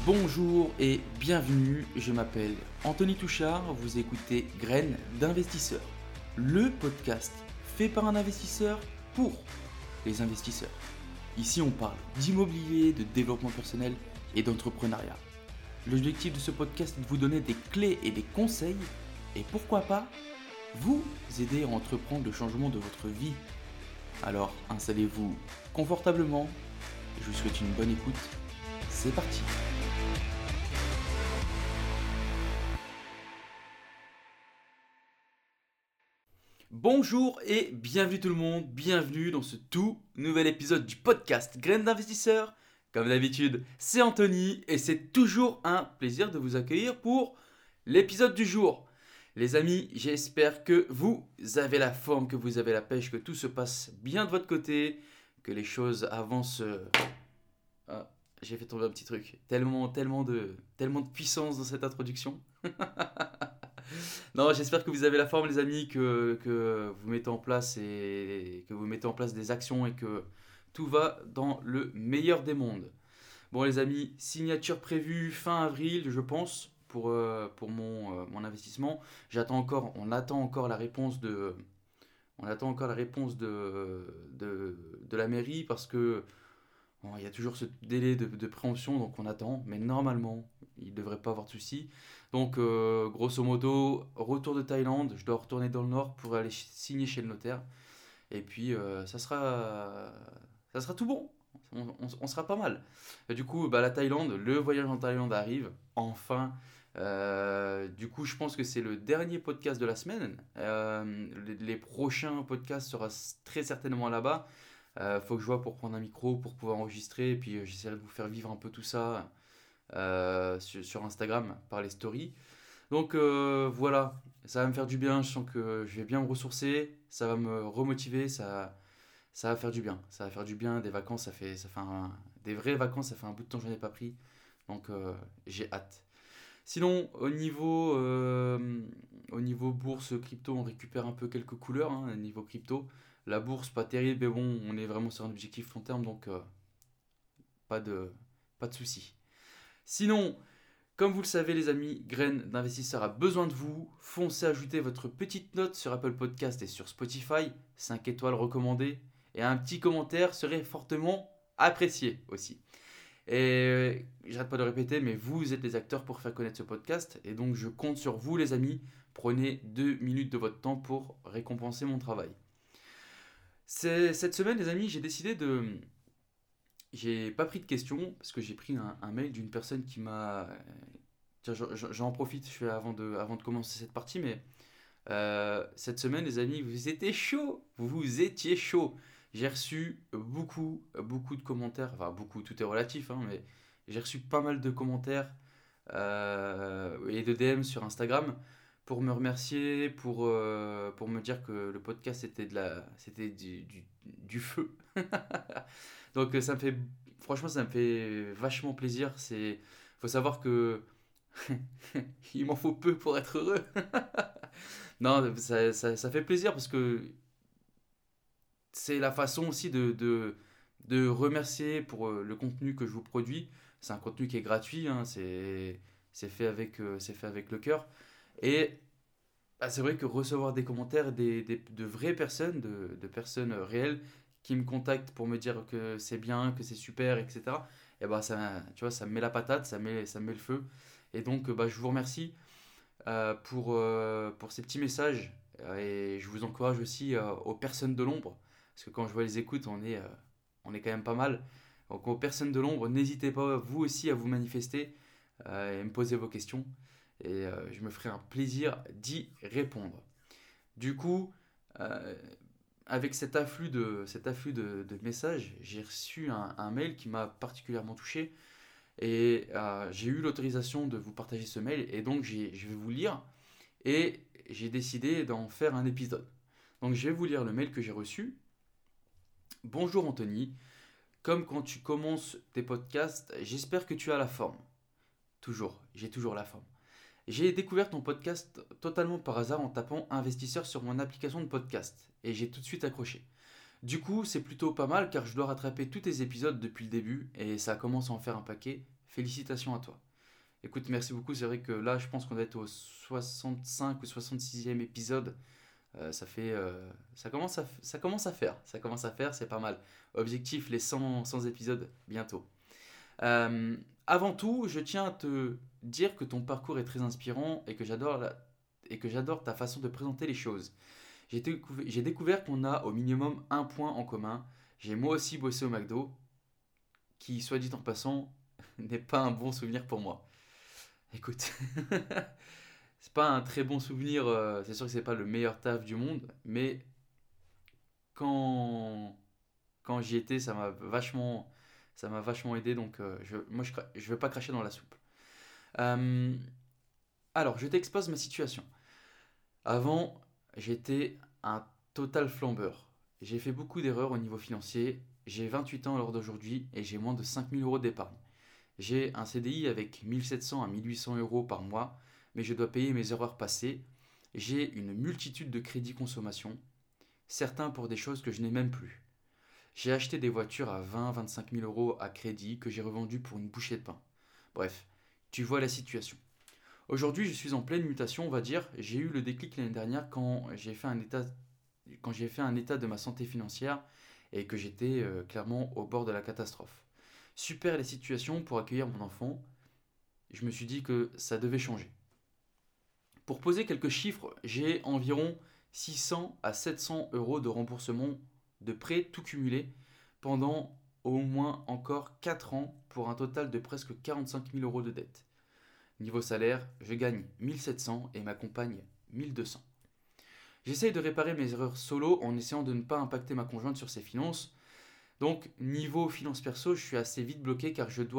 Bonjour et bienvenue, je m'appelle Anthony Touchard, vous écoutez Graines d'investisseurs, le podcast fait par un investisseur pour les investisseurs. Ici on parle d'immobilier, de développement personnel et d'entrepreneuriat. L'objectif de ce podcast est de vous donner des clés et des conseils et pourquoi pas vous aider à entreprendre le changement de votre vie. Alors installez-vous confortablement, je vous souhaite une bonne écoute, c'est parti. Bonjour et bienvenue tout le monde, bienvenue dans ce tout nouvel épisode du podcast Graines d'investisseurs. Comme d'habitude, c'est Anthony et c'est toujours un plaisir de vous accueillir pour l'épisode du jour. Les amis, j'espère que vous avez la forme, que vous avez la pêche, que tout se passe bien de votre côté, que les choses avancent. Ah, j'ai fait tomber un petit truc. Tellement de puissance dans cette introduction. Non, j'espère que vous avez la forme, les amis, que vous mettez en place des actions et que tout va dans le meilleur des mondes. Bon, les amis, signature prévue fin avril, je pense, pour mon investissement. On attend encore la réponse de la mairie parce que bon, il y a toujours ce délai de préemption, donc on attend, mais normalement, il ne devrait pas avoir de soucis. Donc, grosso modo, retour de Thaïlande, je dois retourner dans le nord pour aller signer chez le notaire. Et puis, ça sera tout bon, on sera pas mal. Et du coup, la Thaïlande, le voyage en Thaïlande arrive, enfin. Du coup, je pense que c'est le dernier podcast de la semaine. Les prochains podcasts seront très certainement là-bas. Faut que je vois pour prendre un micro, pour pouvoir enregistrer, et puis j'essaierai de vous faire vivre un peu tout ça sur Instagram par les stories. Donc voilà, ça va me faire du bien, je sens que je vais bien me ressourcer, ça va me remotiver, ça va faire du bien. Ça va faire du bien, des vacances, des vraies vacances, ça fait un bout de temps que j'en ai pas pris, donc j'ai hâte. Sinon, au niveau bourse, crypto, on récupère un peu quelques couleurs, hein, au niveau crypto. La bourse, pas terrible, mais bon, on est vraiment sur un objectif long terme, donc pas de soucis. Sinon, comme vous le savez les amis, Graines d'investisseurs a besoin de vous. Foncez ajouter votre petite note sur Apple Podcast et sur Spotify, 5 étoiles recommandées, et un petit commentaire serait fortement apprécié aussi. Et j'arrête pas de répéter, mais vous êtes les acteurs pour faire connaître ce podcast, et donc je compte sur vous les amis. Prenez 2 minutes de votre temps pour récompenser mon travail. Cette semaine les amis, j'ai pas pris de questions parce que j'ai pris un mail d'une personne qui m'a. Tiens, j'en profite, je fais avant de commencer cette partie, mais cette semaine, les amis, vous étiez chaud, vous étiez chaud. J'ai reçu beaucoup de commentaires, enfin beaucoup, tout est relatif, hein, mais j'ai reçu pas mal de commentaires et de DM sur Instagram pour me remercier, pour me dire que le podcast c'était du feu. Donc franchement, ça me fait vachement plaisir. Faut savoir que il m'en faut peu pour être heureux. Non, ça fait plaisir parce que c'est la façon aussi de remercier pour le contenu que je vous produis. C'est un contenu qui est gratuit, hein, c'est fait avec le cœur. Et c'est vrai que recevoir des commentaires de vraies personnes, de personnes réelles qui me contactent pour me dire que c'est bien, que c'est super, etc. Et ça, tu vois, ça me met la patate, ça me met le feu. Et donc, je vous remercie pour ces petits messages. Et je vous encourage aussi aux personnes de l'ombre. Parce que quand je vois les écoutes, on est quand même pas mal. Donc aux personnes de l'ombre, n'hésitez pas vous aussi à vous manifester et me poser vos questions. Et je me ferai un plaisir d'y répondre. Du coup, avec cet afflux de messages, j'ai reçu un mail qui m'a particulièrement touché. Et j'ai eu l'autorisation de vous partager ce mail. Et donc, je vais vous lire. Et j'ai décidé d'en faire un épisode. Donc, je vais vous lire le mail que j'ai reçu. Bonjour Anthony. Comme quand tu commences tes podcasts, j'espère que tu as la forme. Toujours, j'ai toujours la forme. J'ai découvert ton podcast totalement par hasard en tapant investisseur sur mon application de podcast et j'ai tout de suite accroché. Du coup, c'est plutôt pas mal car je dois rattraper tous tes épisodes depuis le début et ça commence à en faire un paquet. félicitations à toi. Écoute, merci beaucoup. C'est vrai que là, je pense qu'on doit être au 65 ou 66e épisode. Ça commence à faire, c'est pas mal. Objectif, les 100 épisodes bientôt. Avant tout, je tiens à te dire que ton parcours est très inspirant et que j'adore ta façon de présenter les choses. J'ai découvert qu'on a au minimum un point en commun. J'ai moi aussi bossé au McDo, qui, soit dit en passant, n'est pas un bon souvenir pour moi. Écoute, c'est pas un très bon souvenir, c'est sûr que c'est pas le meilleur taf du monde, mais quand, quand j'y étais, ça m'a vachement aidé, donc je veux pas cracher dans la soupe. Euh, alors, je t'expose ma situation. Avant, j'étais un total flambeur. J'ai fait beaucoup d'erreurs au niveau financier. J'ai 28 ans à l'heure d'aujourd'hui et j'ai moins de 5 000 € d'épargne. J'ai un CDI avec 1 700 à 1 800 € par mois, mais je dois payer mes erreurs passées. J'ai une multitude de crédits consommation, certains pour des choses que je n'ai même plus. J'ai acheté des voitures à 20 à 25 000 € à crédit que j'ai revendues pour une bouchée de pain. Bref, tu vois la situation. Aujourd'hui, je suis en pleine mutation, on va dire. J'ai eu le déclic l'année dernière quand j'ai fait un état de ma santé financière et que j'étais clairement au bord de la catastrophe. Super la situation pour accueillir mon enfant. Je me suis dit que ça devait changer. Pour poser quelques chiffres, j'ai environ 600 à 700 € de remboursement de prêts tout cumulé pendant au moins encore 4 ans pour un total de presque 45 000 € de dette. Niveau salaire, je gagne 1 700 et ma compagne 1 200. J'essaye de réparer mes erreurs solo en essayant de ne pas impacter ma conjointe sur ses finances. Donc, niveau finances perso, je suis assez vite bloqué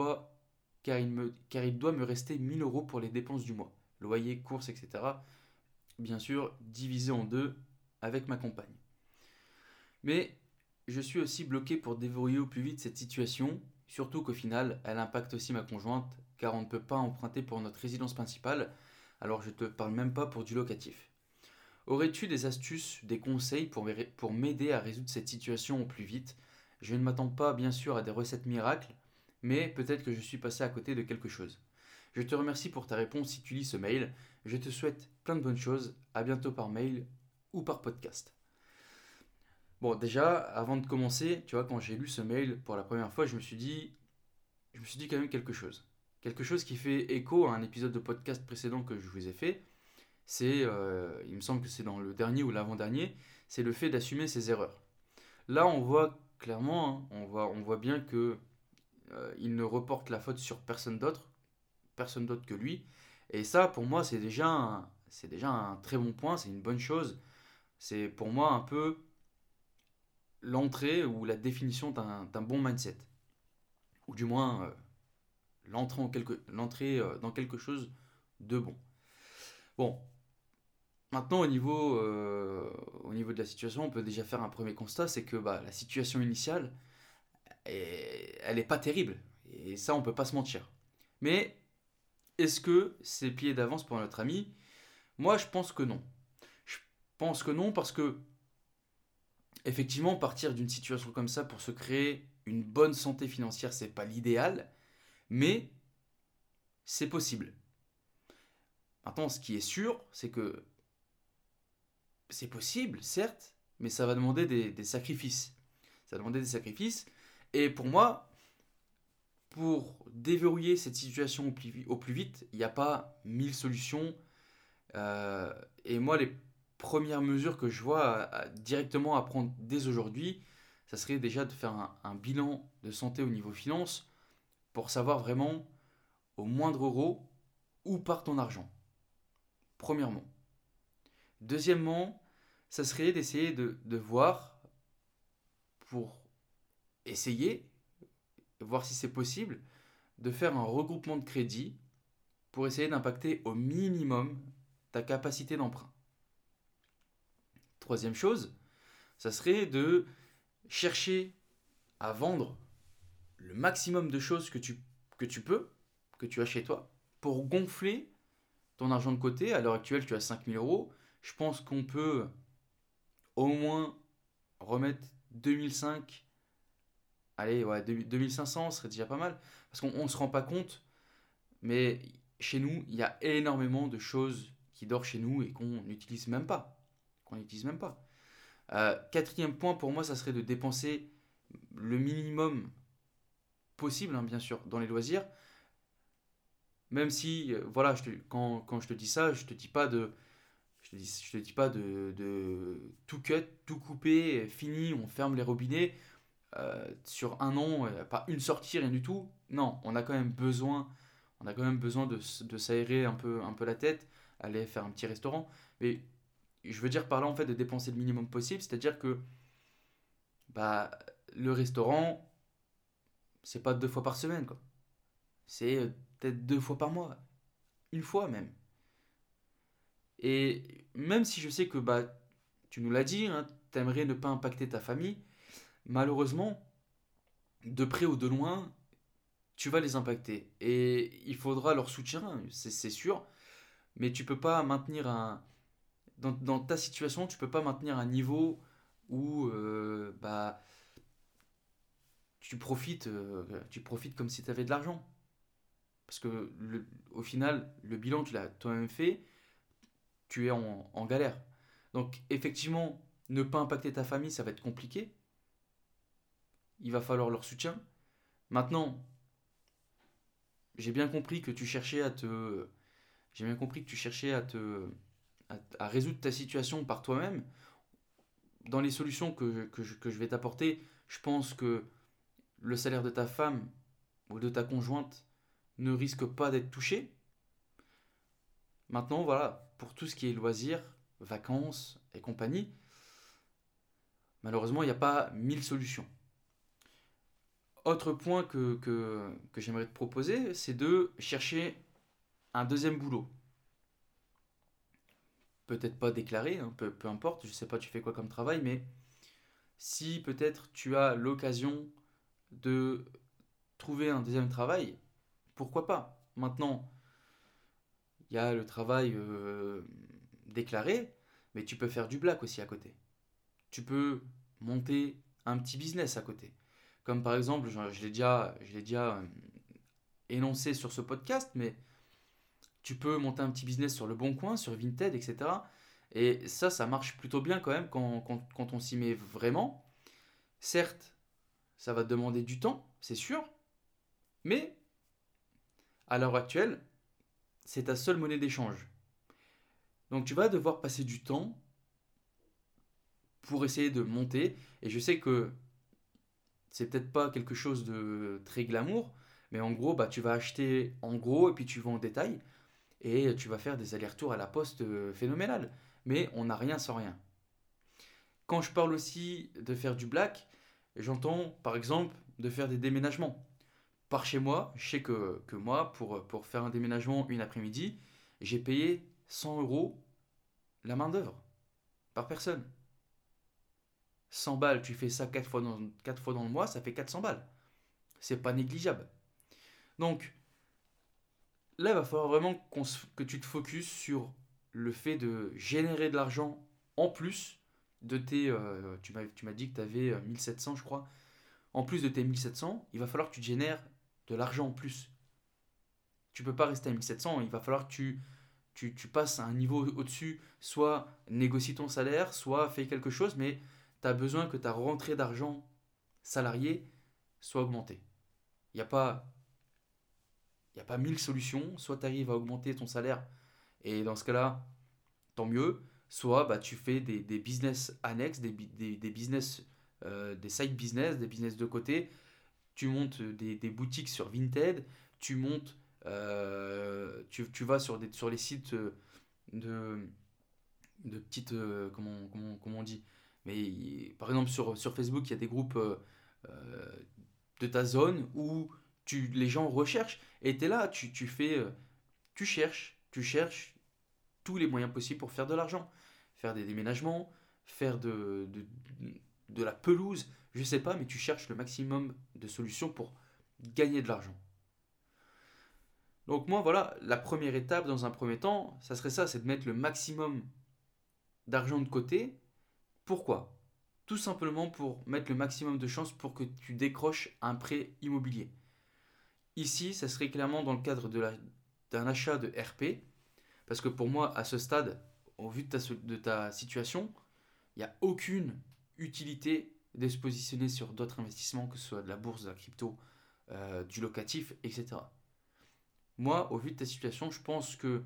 car il doit me rester 1 000 € pour les dépenses du mois. Loyer, courses, etc. Bien sûr, divisé en deux avec ma compagne. Mais je suis aussi bloqué pour déverrouiller au plus vite cette situation, surtout qu'au final, elle impacte aussi ma conjointe, car on ne peut pas emprunter pour notre résidence principale, alors je te parle même pas pour du locatif. Aurais-tu des astuces, des conseils pour m'aider à résoudre cette situation au plus vite? Je ne m'attends pas bien sûr à des recettes miracles, mais peut-être que je suis passé à côté de quelque chose. Je te remercie pour ta réponse si tu lis ce mail. Je te souhaite plein de bonnes choses. À bientôt par mail ou par podcast. Bon, déjà, avant de commencer, tu vois, quand j'ai lu ce mail pour la première fois, je me suis dit quand même quelque chose. Quelque chose qui fait écho à un épisode de podcast précédent que je vous ai fait. Il me semble que c'est dans le dernier ou l'avant-dernier, c'est le fait d'assumer ses erreurs. Là, on voit clairement, hein, on voit bien que il ne reporte la faute sur personne d'autre que lui. Et ça, pour moi, c'est déjà un très bon point, c'est une bonne chose. C'est pour moi un peu l'entrée ou la définition d'un bon mindset. Ou du moins, l'entrée dans quelque chose de bon. Bon, maintenant au niveau de la situation, on peut déjà faire un premier constat, c'est que bah, la situation initiale, elle est pas terrible. Et ça, on peut pas se mentir. Mais est-ce que c'est plié d'avance pour notre ami? Moi, je pense que non. Je pense que non parce que, effectivement, partir d'une situation comme ça pour se créer une bonne santé financière, c'est pas l'idéal, mais c'est possible. Maintenant, ce qui est sûr, c'est que c'est possible, certes, mais ça va demander des sacrifices. Ça va demander des sacrifices. Et pour moi, pour déverrouiller cette situation au plus vite, il n'y a pas 1000 solutions. Et moi, les premières mesures que je vois directement à prendre dès aujourd'hui, ça serait déjà de faire un bilan de santé au niveau finance pour savoir vraiment au moindre euro où part ton argent. Premièrement. Deuxièmement, ça serait d'essayer de voir pour essayer, voir si c'est possible, de faire un regroupement de crédit pour essayer d'impacter au minimum ta capacité d'emprunt. Troisième chose, ça serait de chercher à vendre le maximum de choses que tu peux, que tu as chez toi, pour gonfler ton argent de côté. À l'heure actuelle, tu as 5 000 €. Je pense qu'on peut au moins remettre 2005. Allez, ouais, 2500 serait déjà pas mal. Parce qu'on ne se rend pas compte, mais chez nous, il y a énormément de choses qui dorment chez nous et qu'on n'utilise même pas. Qu'on n'utilise même pas. Quatrième point, pour moi, ça serait de dépenser le minimum possible, hein, bien sûr, dans les loisirs. Même si, voilà, quand je te dis ça, je te dis pas de, je te dis pas de tout cut, tout couper, fini, on ferme les robinets. Sur un an, pas une sortie, rien du tout. Non, on a quand même besoin de s'aérer un peu la tête, aller faire un petit restaurant. Mais je veux dire par là, en fait, de dépenser le minimum possible, c'est-à-dire que bah, le restaurant, c'est pas 2 fois par semaine, quoi. C'est peut-être 2 fois par mois, une fois même. Et même si je sais que bah, tu nous l'as dit, hein, t'aimerais ne pas impacter ta famille, malheureusement, de près ou de loin, tu vas les impacter. Et il faudra leur soutien, c'est sûr, mais tu peux pas maintenir un... dans ta situation, tu peux pas maintenir un niveau où bah, tu profites comme si tu avais de l'argent. Parce que au final, le bilan, tu l'as toi-même fait, tu es en galère. Donc effectivement, ne pas impacter ta famille, ça va être compliqué. Il va falloir leur soutien. Maintenant, j'ai bien compris que tu cherchais à te... J'ai bien compris que tu cherchais à résoudre ta situation par toi-même. Dans les solutions que je vais t'apporter, je pense que le salaire de ta femme ou de ta conjointe ne risque pas d'être touché. Maintenant, voilà, pour tout ce qui est loisirs, vacances et compagnie, malheureusement, il n'y a pas 1000 solutions. Autre point que j'aimerais te proposer, c'est de chercher un deuxième boulot. Peut-être pas déclaré, hein, peu importe, je sais pas tu fais quoi comme travail, mais si peut-être tu as l'occasion de trouver un deuxième travail, pourquoi pas? Maintenant, il y a le travail déclaré, mais tu peux faire du black aussi à côté. Tu peux monter un petit business à côté. Comme par exemple, je l'ai déjà énoncé sur ce podcast, mais tu peux monter un petit business sur Le Bon Coin, sur Vinted, etc. Et ça marche plutôt bien quand même quand on s'y met vraiment. Certes, ça va te demander du temps, c'est sûr, mais à l'heure actuelle, c'est ta seule monnaie d'échange. Donc tu vas devoir passer du temps pour essayer de monter. Et je sais que c'est peut-être pas quelque chose de très glamour, mais en gros, bah, tu vas acheter en gros et puis tu vas en détail. Et tu vas faire des allers-retours à la poste phénoménal. Mais on n'a rien sans rien. Quand je parle aussi de faire du black, j'entends par exemple de faire des déménagements. Par chez moi, je sais que moi, pour faire un déménagement une après-midi, j'ai payé 100 euros la main-d'œuvre par personne. 100 balles, tu fais ça 4 fois dans le mois, ça fait 400 balles. C'est pas négligeable. Donc là, il va falloir vraiment que tu te focuses sur le fait de générer de l'argent en plus de tes... tu m'as dit que tu avais 1700, je crois. En plus de tes 1700, il va falloir que tu génères de l'argent en plus. Tu peux pas rester à 1700, il va falloir que tu passes à un niveau au-dessus, soit négocie ton salaire, soit fais quelque chose, mais tu as besoin que ta rentrée d'argent salarié soit augmentée. Il n'y a pas Il n'y a pas 1000 solutions. Soit tu arrives à augmenter ton salaire, et dans ce cas-là, tant mieux. Soit bah, tu fais des business annexes, des business, des side business, des business de côté. Tu montes des boutiques sur Vinted. Tu montes, tu vas sur les sites de, de petites. Comment on dit. Mais par exemple, sur Facebook, il y a des groupes euh, de ta zone où les gens recherchent. Et tu es là, tu fais. Tu cherches tous les moyens possibles pour faire de l'argent. Faire des déménagements, faire de la pelouse, je sais pas, mais tu cherches le maximum de solutions pour gagner de l'argent. Donc moi, voilà, la première étape dans un premier temps, ça serait ça, c'est de mettre le maximum d'argent de côté. Pourquoi? Tout simplement pour mettre le maximum de chances pour que tu décroches un prêt immobilier. Ici, ça serait clairement dans le cadre d'un achat de RP, parce que pour moi, à ce stade, au vu de ta situation, il n'y a aucune utilité de se positionner sur d'autres investissements, que ce soit de la bourse, de la crypto, du locatif, etc. Moi, au vu de ta situation, je pense que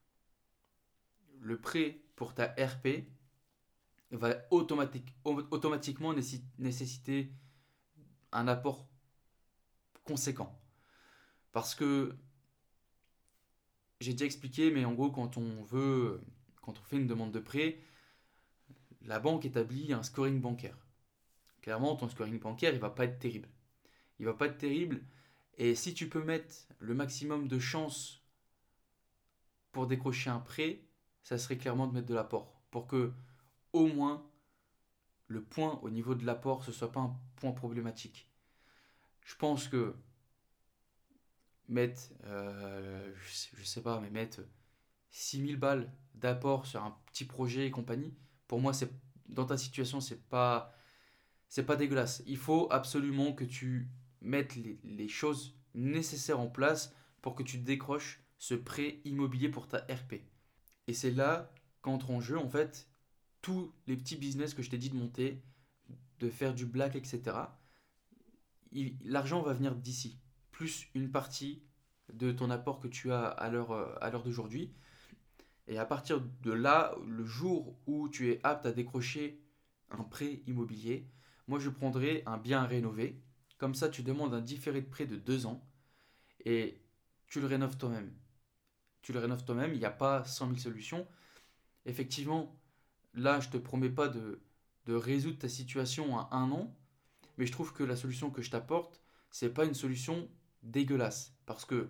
le prêt pour ta RP va automatiquement nécessiter un apport conséquent. Parce que j'ai déjà expliqué, mais en gros, quand on fait une demande de prêt, la banque établit un scoring bancaire. Clairement, ton scoring bancaire, il va pas être terrible. Il va pas être terrible. Et si tu peux mettre le maximum de chances pour décrocher un prêt, ça serait clairement de mettre de l'apport. Pour que, au moins, le point au niveau de l'apport, ce soit pas un point problématique. Je pense que mettre, je sais pas, mais mettre 6000 balles d'apport sur un petit projet et compagnie, pour moi, dans ta situation, c'est pas dégueulasse. Il faut absolument que tu mettes les choses nécessaires en place pour que tu décroches ce prêt immobilier pour ta RP. Et c'est là qu'entre en jeu, en fait, tous les petits business que je t'ai dit de monter, de faire du black, etc. L'argent va venir d'ici, plus une partie de ton apport que tu as à l'heure d'aujourd'hui. Et à partir de là, le jour où tu es apte à décrocher un prêt immobilier, moi je prendrai un bien à rénover. Comme ça, tu demandes un différé de prêt de 2 ans et tu le rénoves toi-même. Tu le rénoves toi-même, il n'y a pas 100 000 solutions. Effectivement, là, je ne te promets pas de résoudre ta situation en 1 an, mais je trouve que la solution que je t'apporte, c'est pas une solution dégueulasse. Parce que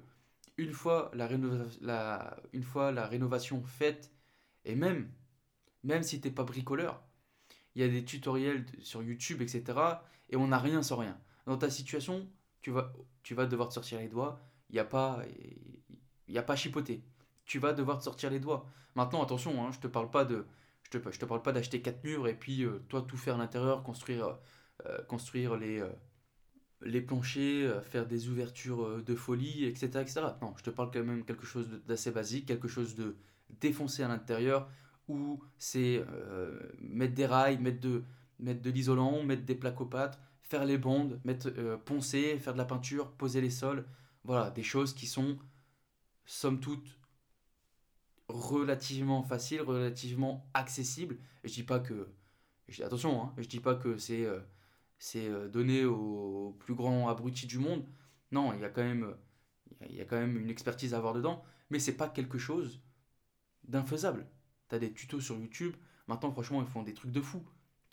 une fois la rénovation faite, et même si t'es pas bricoleur, il y a des tutoriels sur YouTube, etc. Et on n'a rien sans rien. Dans ta situation, tu vas devoir te sortir les doigts. Il y a pas à chipoter. Tu vas devoir te sortir les doigts. Maintenant, attention, hein, je te parle pas d'acheter 4 murs et puis toi tout faire à l'intérieur, construire les planchers, faire des ouvertures de folie, etc., etc. Non, je te parle quand même quelque chose d'assez basique, quelque chose de défoncé à l'intérieur, où c'est mettre des rails, mettre de l'isolant, mettre des plaques aux pattes, faire les bandes, poncer, faire de la peinture, poser les sols. Voilà, des choses qui sont, somme toute, relativement faciles, relativement accessibles. Et je dis pas que... Attention, hein, je dis pas que c'est donné au plus grand abruti du monde. Non, il y a quand même une expertise à avoir dedans, mais c'est pas quelque chose d'infaisable. Tu as des tutos sur YouTube, maintenant franchement ils font des trucs de fou.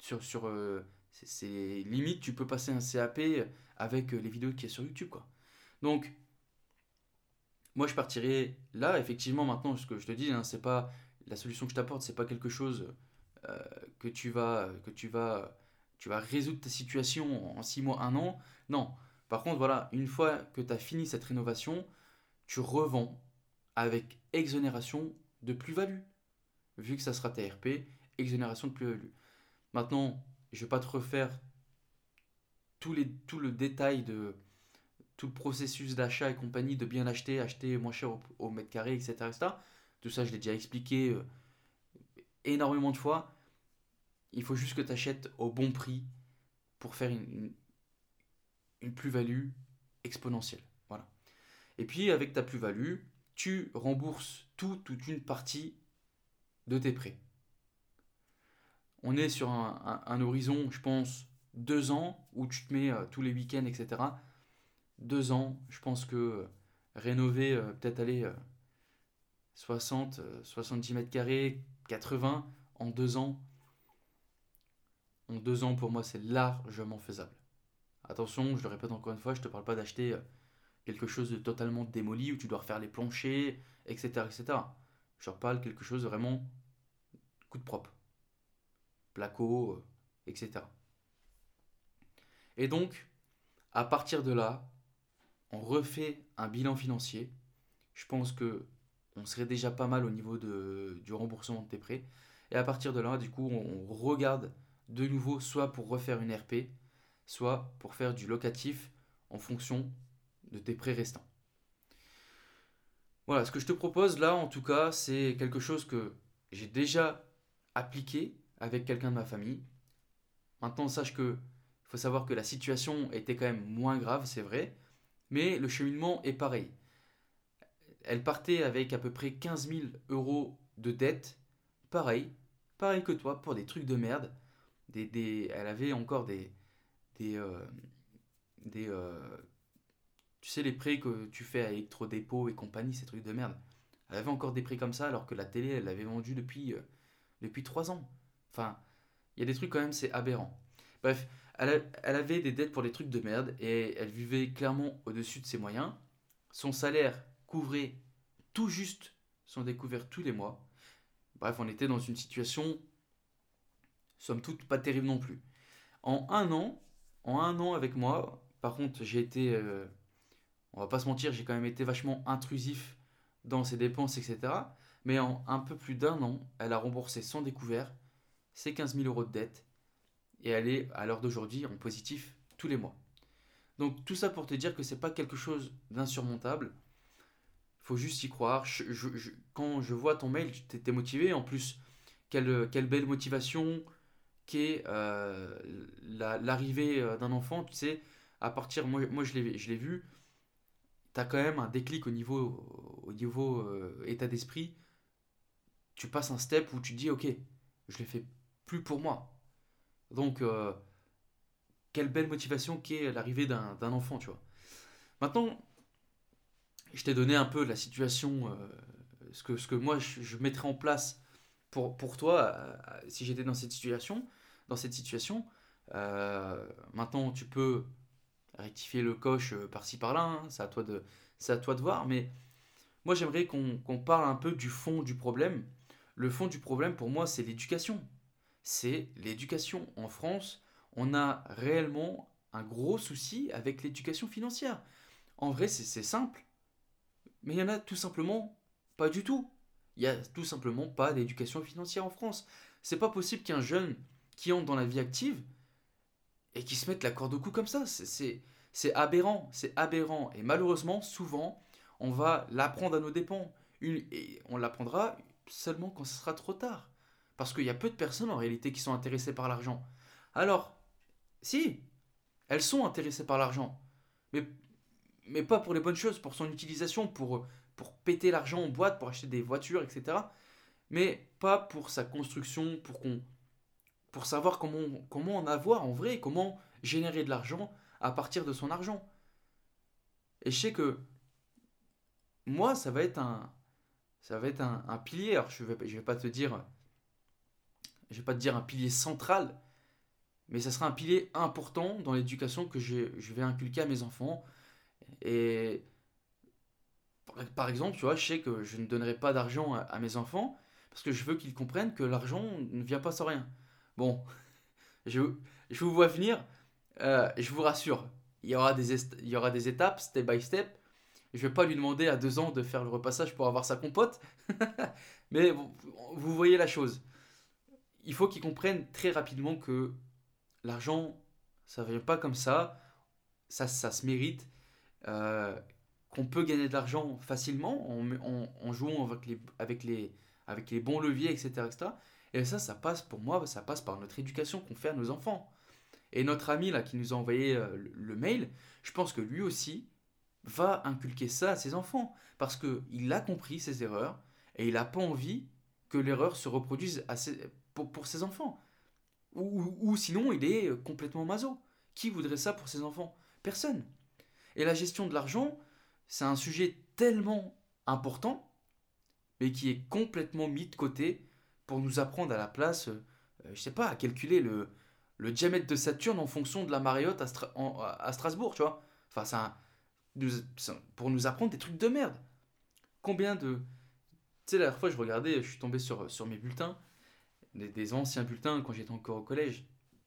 C'est limite, tu peux passer un CAP avec les vidéos qu'il y a sur YouTube, quoi. Donc, moi je partirais là, effectivement, maintenant, ce que je te dis, hein, c'est pas la solution que je t'apporte, c'est pas quelque chose euh, tu vas résoudre ta situation en 6 mois, 1 an. Non. Par contre, voilà, une fois que tu as fini cette rénovation, tu revends avec exonération de plus-value. Vu que ça sera TRP, exonération de plus-value. Maintenant, je ne vais pas te refaire tout le détail de tout le processus d'achat et compagnie, de bien acheter moins cher au mètre carré, etc., etc. Tout ça, je l'ai déjà expliqué énormément de fois. Il faut juste que tu achètes au bon prix pour faire une plus-value exponentielle. Voilà. Et puis, avec ta plus-value, tu rembourses toute une partie de tes prêts. On est sur un horizon, je pense, 2 ans, où tu te mets tous les week-ends, etc. 2 ans, je pense que rénover, peut-être aller 60, 70 mètres carrés, 80 en 2 ans. En 2 ans, pour moi, c'est largement faisable. Attention, je le répète encore une fois, je ne te parle pas d'acheter quelque chose de totalement démoli où tu dois refaire les planchers, etc., etc. Je te parle de quelque chose de vraiment coup de propre, placo, etc. Et donc, à partir de là, on refait un bilan financier. Je pense que on serait déjà pas mal au niveau du remboursement de tes prêts. Et à partir de là, du coup, on regarde de nouveau soit pour refaire une RP, soit pour faire du locatif en fonction de tes prêts restants. Voilà, ce que je te propose là, en tout cas, c'est quelque chose que j'ai déjà appliqué avec quelqu'un de ma famille. Maintenant, sache que il faut savoir que la situation était quand même moins grave, c'est vrai, mais le cheminement est pareil. Elle partait avec à peu près 15 000 euros de dette, pareil, pareil que toi, pour des trucs de merde. Elle avait encore des, euh, des tu sais, les prêts que tu fais à Electrodépôt et compagnie, ces trucs de merde. Elle avait encore des prêts comme ça alors que la télé, elle l'avait vendue depuis 3 ans. Enfin, il y a des trucs quand même, c'est aberrant. Bref, elle avait des dettes pour des trucs de merde et elle vivait clairement au-dessus de ses moyens. Son salaire couvrait tout juste son découvert tous les mois. Bref, on était dans une situation, somme toute, pas terrible non plus. En un an, en un an avec moi, par contre, j'ai été, on va pas se mentir, j'ai quand même été vachement intrusif dans ses dépenses, etc. Mais en un peu plus d'un an, elle a remboursé son découvert, ses 15 000 euros de dette, et elle est, à l'heure d'aujourd'hui, en positif tous les mois. Donc tout ça pour te dire que c'est pas quelque chose d'insurmontable. Il faut juste y croire. Quand je vois ton mail, tu t'es motivé. En plus, quelle belle motivation qu'est l'arrivée d'un enfant. Tu sais, à partir, moi je l'ai vu, tu as quand même un déclic au niveau état d'esprit. Tu passes un step où tu te dis, ok, je le fais plus pour moi. Donc, quelle belle motivation qu'est l'arrivée d'un enfant, tu vois. Maintenant, je t'ai donné un peu la situation, ce que moi je mettrais en place pour toi si j'étais dans cette situation. Dans cette situation, maintenant tu peux rectifier le coche par-ci par-là, hein, c'est à toi de voir, mais moi j'aimerais qu'on parle un peu du fond du problème. Le fond du problème pour moi c'est l'éducation. C'est l'éducation. En France, on a réellement un gros souci avec l'éducation financière. En vrai, c'est simple. Mais il y en a tout simplement pas du tout. Il y a tout simplement pas d'éducation financière en France. C'est pas possible qu'un jeune qui entre dans la vie active et qui se mette la corde au cou comme ça. C'est aberrant, c'est aberrant. Et malheureusement, souvent, on va l'apprendre à nos dépens. Et on l'apprendra seulement quand ce sera trop tard. Parce qu'il y a peu de personnes en réalité qui sont intéressées par l'argent. Alors, si, elles sont intéressées par l'argent. Mais mais pas pour les bonnes choses, pour son utilisation, pour péter l'argent en boîte, pour acheter des voitures, etc. Mais pas pour sa construction, pour savoir comment en avoir en vrai, comment générer de l'argent à partir de son argent. Et je sais que moi, ça va être un pilier. Alors, je vais pas te dire, je vais pas te dire un pilier central, mais ça sera un pilier important dans l'éducation que je vais inculquer à mes enfants. Et par exemple, tu vois, je sais que je ne donnerai pas d'argent à mes enfants parce que je veux qu'ils comprennent que l'argent ne vient pas sans rien. Bon, je, je vous vois venir, je vous rassure, il y aura des étapes, step by step. Je vais pas lui demander à 2 ans de faire le repassage pour avoir sa compote, mais vous voyez la chose. Il faut qu'ils comprennent très rapidement que l'argent, ça ne vient pas comme ça se mérite. euh, qu'on peut gagner de l'argent facilement en jouant avec les bons leviers, etc., etc. Et ça passe pour moi, ça passe par notre éducation qu'on fait à nos enfants. Et notre ami là qui nous a envoyé le mail, je pense que lui aussi va inculquer ça à ses enfants parce qu'il a compris ses erreurs et il n'a pas envie que l'erreur se reproduise pour ses enfants. Ou sinon il est complètement maso. Qui voudrait ça pour ses enfants? Personne. Et la gestion de l'argent, c'est un sujet tellement important, mais qui est complètement mis de côté pour nous apprendre à la place, je sais pas, à calculer le diamètre de Saturne en fonction de la mariotte à Strasbourg, tu vois. Enfin, pour nous apprendre des trucs de merde. Combien de... Tu sais, la dernière fois, je regardais, je suis tombé sur mes bulletins, des anciens bulletins quand j'étais encore au collège,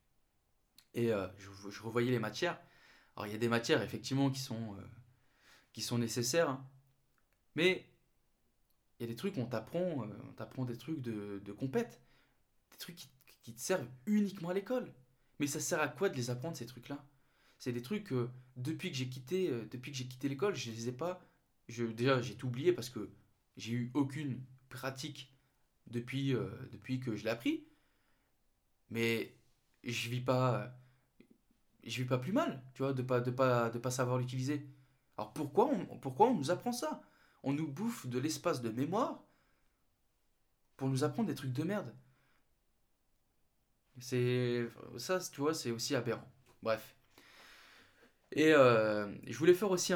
et je revoyais les matières. Alors, il y a des matières, effectivement, qui sont nécessaires, hein. Mais il y a des trucs, on t'apprend des trucs de compète, des trucs qui te servent uniquement à l'école. Mais ça sert à quoi de les apprendre ces trucs-là? C'est des trucs depuis que j'ai quitté l'école, je les ai pas. Déjà, j'ai tout oublié parce que j'ai eu aucune pratique depuis que je l'ai appris. Mais je vis pas, je vis pas plus mal, tu vois, de pas savoir l'utiliser. Alors pourquoi on nous apprend ça? On nous bouffe de l'espace de mémoire pour nous apprendre des trucs de merde. C'est ça, tu vois, c'est aussi aberrant. Bref. Et je voulais faire aussi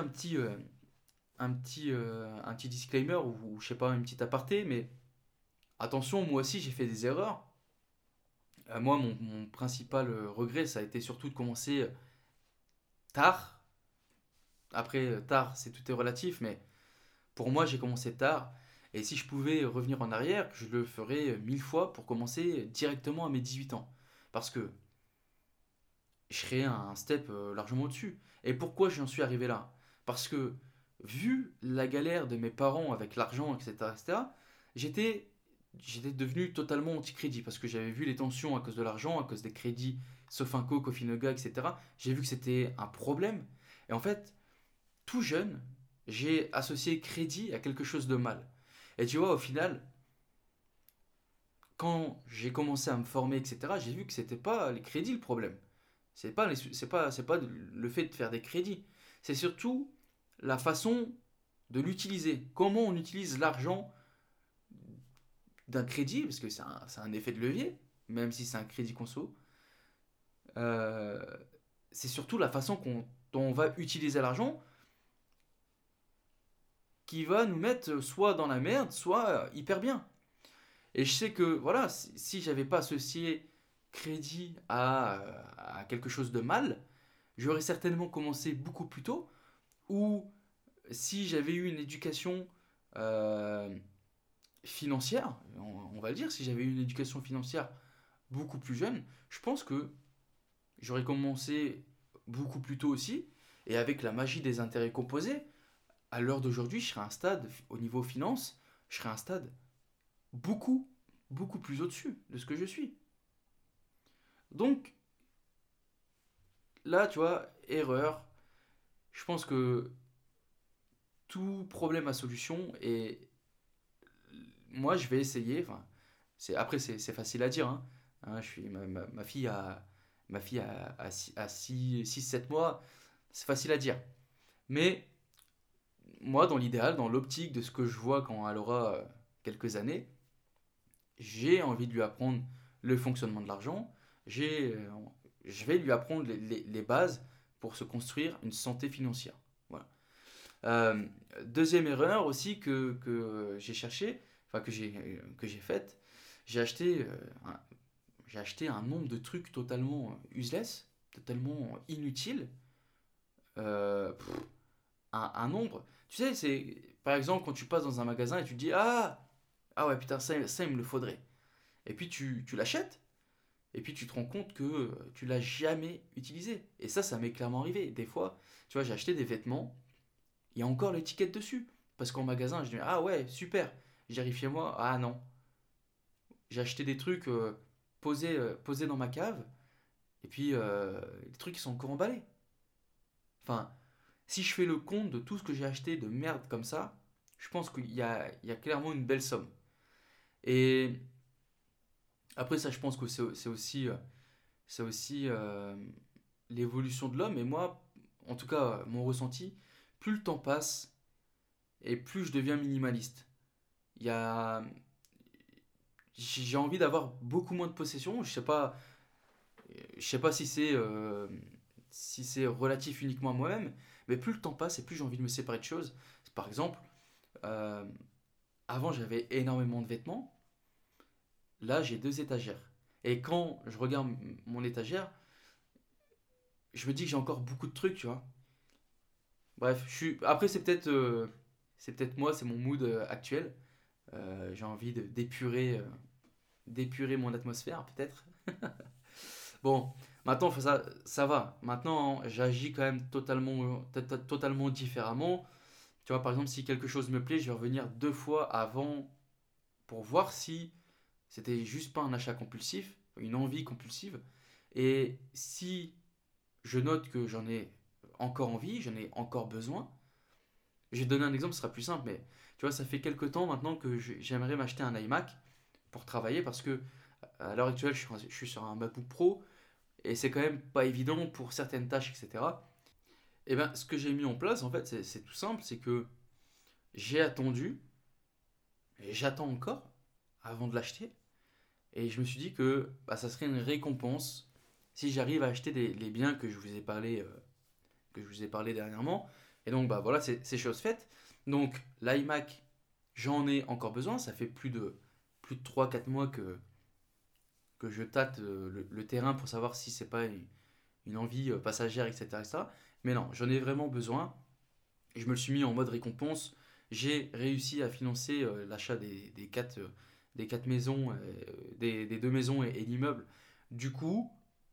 un petit disclaimer ou je sais pas, une petite aparté, mais attention, moi aussi j'ai fait des erreurs. Moi, mon principal regret, ça a été surtout de commencer tard. Après, tard, c'est tout est relatif, mais pour moi, j'ai commencé tard. Et si je pouvais revenir en arrière, je le ferais 1000 fois pour commencer directement à mes 18 ans. Parce que je serais un step largement au-dessus. Et pourquoi j'en suis arrivé là? Parce que, vu la galère de mes parents avec l'argent, etc., etc., j'étais, j'étais devenu totalement anti-crédit. Parce que j'avais vu les tensions à cause de l'argent, à cause des crédits Sofinco, Cofinoga, etc. J'ai vu que c'était un problème. Et en fait, tout jeune, j'ai associé crédit à quelque chose de mal. Et tu vois, au final, quand j'ai commencé à me former, etc., j'ai vu que c'était pas les crédits le problème. C'est pas le fait de faire des crédits. C'est surtout la façon de l'utiliser. Comment on utilise l'argent d'un crédit, parce que c'est un effet de levier, même si c'est un crédit conso. Euh, c'est surtout la façon dont on va utiliser l'argent qui va nous mettre soit dans la merde, soit hyper bien. Et je sais que voilà, si j'avais pas associé crédit à quelque chose de mal, j'aurais certainement commencé beaucoup plus tôt. Ou si j'avais eu une éducation euh, financière, on va le dire, si j'avais eu une éducation financière beaucoup plus jeune, je pense que j'aurais commencé beaucoup plus tôt aussi. Et avec la magie des intérêts composés, à l'heure d'aujourd'hui, je serais à un stade, au niveau finance, je serais à un stade beaucoup, beaucoup plus au-dessus de ce que je suis. Donc là, tu vois, erreur. Je pense que tout problème a solution et moi, je vais essayer. Enfin, c'est facile à dire. Hein. Hein, ma fille a 6 7 mois. C'est facile à dire. Mais moi, dans l'idéal, dans l'optique de ce que je vois quand elle aura quelques années, j'ai envie de lui apprendre le fonctionnement de l'argent. Je vais lui apprendre les bases pour se construire une santé financière. Voilà. Euh, Deuxième erreur aussi que j'ai cherché, enfin que j'ai faite, j'ai acheté, j'ai acheté un nombre de trucs totalement useless, totalement inutiles. Pff, un nombre. Tu sais, c'est par exemple quand tu passes dans un magasin et tu te dis ah ouais putain ça il me le faudrait. Et puis tu l'achètes et puis tu te rends compte que tu l'as jamais utilisé. Et ça m'est clairement arrivé. Des fois, tu vois, j'ai acheté des vêtements, il y a encore l'étiquette dessus. Parce qu'en magasin, je dis ah ouais, super. J'arrive chez moi, ah non. J'ai acheté des trucs posés dans ma cave, et puis les trucs ils sont encore emballés. Enfin, si je fais le compte de tout ce que j'ai acheté de merde comme ça, je pense il y a clairement une belle somme. Et après ça, je pense que c'est aussi l'évolution de l'homme. Et moi, en tout cas, mon ressenti, plus le temps passe et plus je deviens minimaliste. Il y a, j'ai envie d'avoir beaucoup moins de possessions. Je sais pas si c'est relatif uniquement à moi-même, mais plus le temps passe et plus j'ai envie de me séparer de choses. Par exemple, euh, avant j'avais énormément de vêtements. Là, j'ai 2 étagères. Et quand je regarde mon étagère, je me dis que j'ai encore beaucoup de trucs, tu vois. Bref, après c'est peut-être moi, c'est mon mood actuel. J'ai envie d'épurer mon atmosphère, peut-être. Bon, maintenant, ça va. Maintenant, j'agis quand même totalement différemment. Tu vois, par exemple, si quelque chose me plaît, je vais revenir 2 fois avant pour voir si c'était juste pas un achat compulsif, une envie compulsive. Et si je note que j'en ai encore envie, j'en ai encore besoin. Je vais te donner un exemple, ce sera plus simple, mais tu vois, ça fait quelques temps maintenant que j'aimerais m'acheter un iMac pour travailler parce que à l'heure actuelle, je suis sur un MacBook Pro et c'est quand même pas évident pour certaines tâches, etc. Et ben, ce que j'ai mis en place, en fait, c'est tout simple, c'est que j'ai attendu et j'attends encore avant de l'acheter. Et je me suis dit que bah, ça serait une récompense si j'arrive à acheter les biens que je vous ai parlé dernièrement. Et donc, bah voilà, c'est chose faite. Donc, l'iMac, j'en ai encore besoin. Ça fait plus de 3 4 mois que je tâte le terrain pour savoir si c'est pas une envie passagère, etc., etc. Mais non, j'en ai vraiment besoin. Et je me le suis mis en mode récompense. J'ai réussi à financer l'achat des quatre maisons, des deux maisons et l'immeuble. Du coup,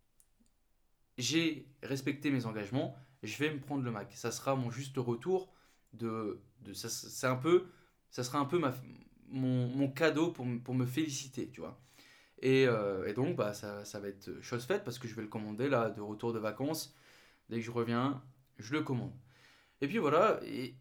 j'ai respecté mes engagements. Je vais me prendre le Mac. Ça sera mon juste retour ça, ça sera un peu mon cadeau pour me féliciter, tu vois. Et donc, bah, ça va être chose faite parce que je vais le commander là, de retour de vacances. Dès que je reviens, je le commande. Et puis voilà, et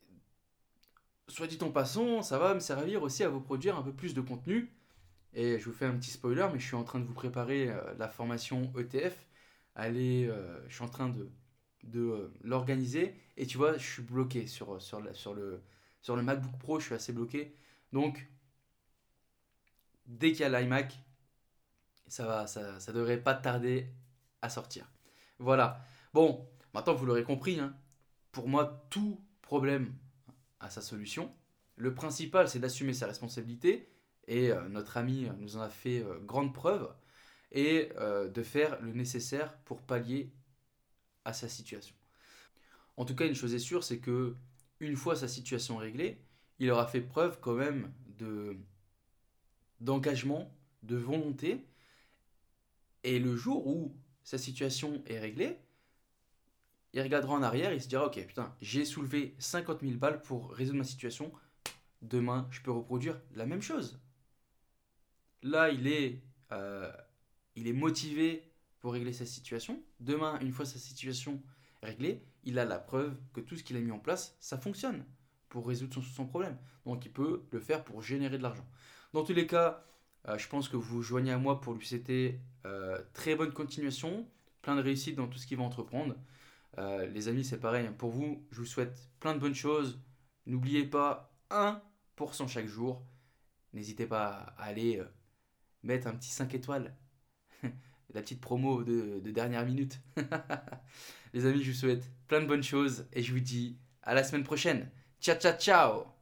soit dit en passant, ça va me servir aussi à vous produire un peu plus de contenu. Et je vous fais un petit spoiler, mais je suis en train de vous préparer la formation ETF. Je suis en train de l'organiser. Et tu vois, je suis bloqué sur le MacBook Pro, je suis assez bloqué. Donc, dès qu'il y a l'iMac, ça devrait pas tarder à sortir. Voilà. Bon, maintenant vous l'aurez compris, hein, pour moi, tout problème a sa solution. Le principal, c'est d'assumer ses responsabilités. Et notre ami nous en a fait grande preuve. Et de faire le nécessaire pour pallier à sa situation. En tout cas, une chose est sûre, c'est que une fois sa situation réglée, il aura fait preuve quand même d'engagement, de volonté. Et le jour où sa situation est réglée, il regardera en arrière et il se dira ok, putain, j'ai soulevé 50 000 balles pour résoudre ma situation. Demain, je peux reproduire la même chose. Là, il est motivé pour régler sa situation. Demain, une fois sa situation réglée, il a la preuve que tout ce qu'il a mis en place, ça fonctionne pour résoudre son problème. Donc, il peut le faire pour générer de l'argent. Dans tous les cas, je pense que vous vous joignez à moi pour lui souhaiter très bonne continuation, plein de réussite dans tout ce qu'il va entreprendre. Les amis, c'est pareil. Pour vous, je vous souhaite plein de bonnes choses. N'oubliez pas 1% chaque jour. N'hésitez pas à aller mettre un petit 5 étoiles. La petite promo de dernière minute. Les amis, je vous souhaite plein de bonnes choses et je vous dis à la semaine prochaine. Ciao, ciao, ciao!